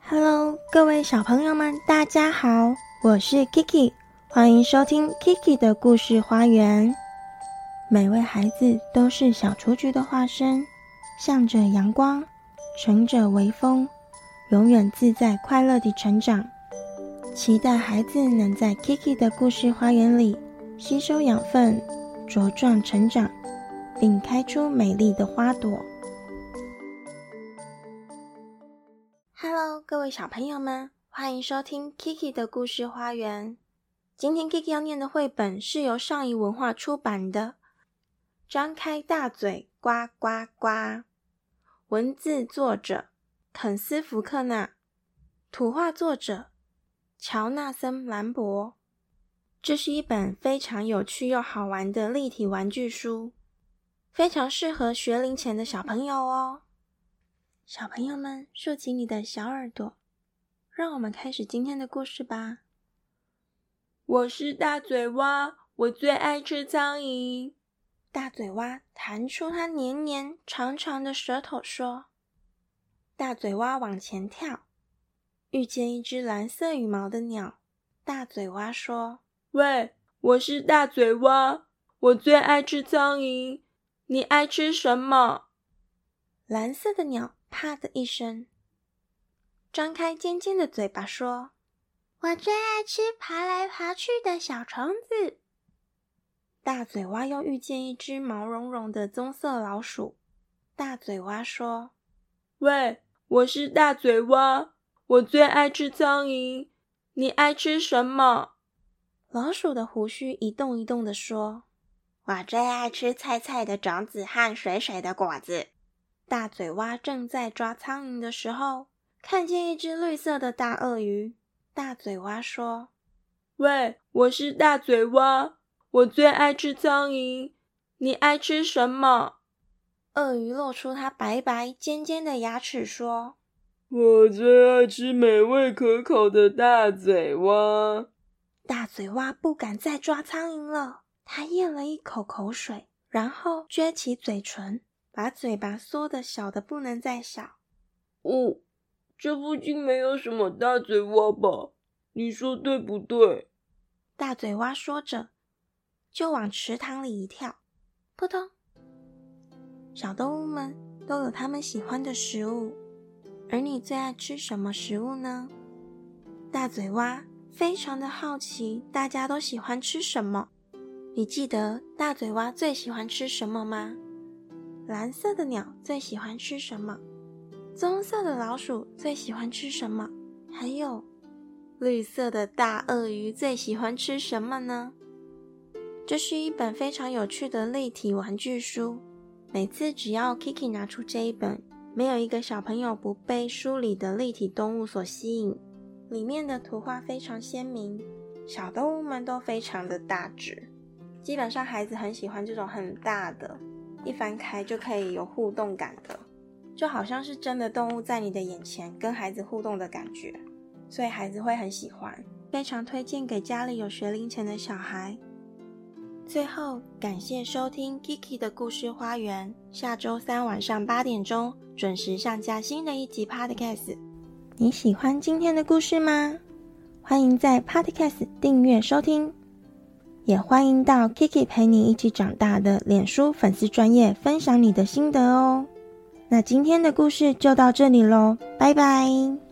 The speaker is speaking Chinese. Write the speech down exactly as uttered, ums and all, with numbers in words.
Hello， 各位小朋友们，大家好，我是 Kiki， 欢迎收听 Kiki 的故事花园。每位孩子都是小雏菊的化身，向着阳光，乘着微风，永远自在快乐地成长。期待孩子能在 Kiki 的故事花园里吸收养分，茁壮成长，并开出美丽的花朵。Hello， 各位小朋友们，欢迎收听 Kiki 的故事花园。今天 Kiki 要念的绘本是由上译文化出版的《张开大嘴呱呱呱》，文字作者肯斯·福克纳，图画作者乔纳森·兰博。这是一本非常有趣又好玩的立体玩具书，非常适合学龄前的小朋友哦。小朋友们，竖起你的小耳朵，让我们开始今天的故事吧。 我是大嘴蛙，我最爱吃苍蝇。 大嘴蛙弹出它黏黏长长的舌头说。大嘴蛙往前跳，遇见一只蓝色羽毛的鸟。大嘴蛙说： 喂，我是大嘴蛙，我最爱吃苍蝇，你爱吃什么？ 蓝色的鸟啪的一声，张开尖尖的嘴巴说：我最爱吃爬来爬去的小虫子。大嘴蛙又遇见一只毛茸茸的棕色老鼠。大嘴蛙说： 喂，我是大嘴蛙，我最爱吃苍蝇，你爱吃什么？ 老鼠的胡须一动一动地说：我最爱吃菜菜的种子和水水的果子。大嘴蛙正在抓苍蝇的时候，看见一只绿色的大鳄鱼。大嘴蛙说： 喂，我是大嘴蛙，我最爱吃苍蝇，你爱吃什么？ 鳄鱼露出它白白尖尖的牙齿说： 我最爱吃美味可口的大嘴蛙。 大嘴蛙不敢再抓苍蝇了，它咽了一口口水，然后撅起嘴唇，把嘴巴缩得小得不能再小。 哦，这附近没有什么大嘴蛙吧？你说对不对？ 大嘴蛙说着，就往池塘里一跳。扑通！小动物们都有它们喜欢的食物，而你最爱吃什么食物呢？大嘴蛙非常的好奇，大家都喜欢吃什么？你记得大嘴蛙最喜欢吃什么吗？蓝色的鸟最喜欢吃什么？棕色的老鼠最喜欢吃什么？还有绿色的大鳄鱼最喜欢吃什么呢？这是一本非常有趣的立体玩具书，每次只要 Kiki 拿出这一本，没有一个小朋友不被书里的立体动物所吸引。里面的图画非常鲜明，小动物们都非常的大只，基本上孩子很喜欢这种很大的，一翻开就可以有互动感的，就好像是真的动物在你的眼前跟孩子互动的感觉，所以孩子会很喜欢，非常推荐给家里有学龄前的小孩。最后，感谢收听 Kiki 的故事花园，下周三晚上八点钟准时上架新的一集 Podcast。 你喜欢今天的故事吗？欢迎在 Podcast 订阅收听，也欢迎到 Kiki 陪你一起长大的脸书粉丝专页分享你的心得哦。那今天的故事就到这里咯，拜拜。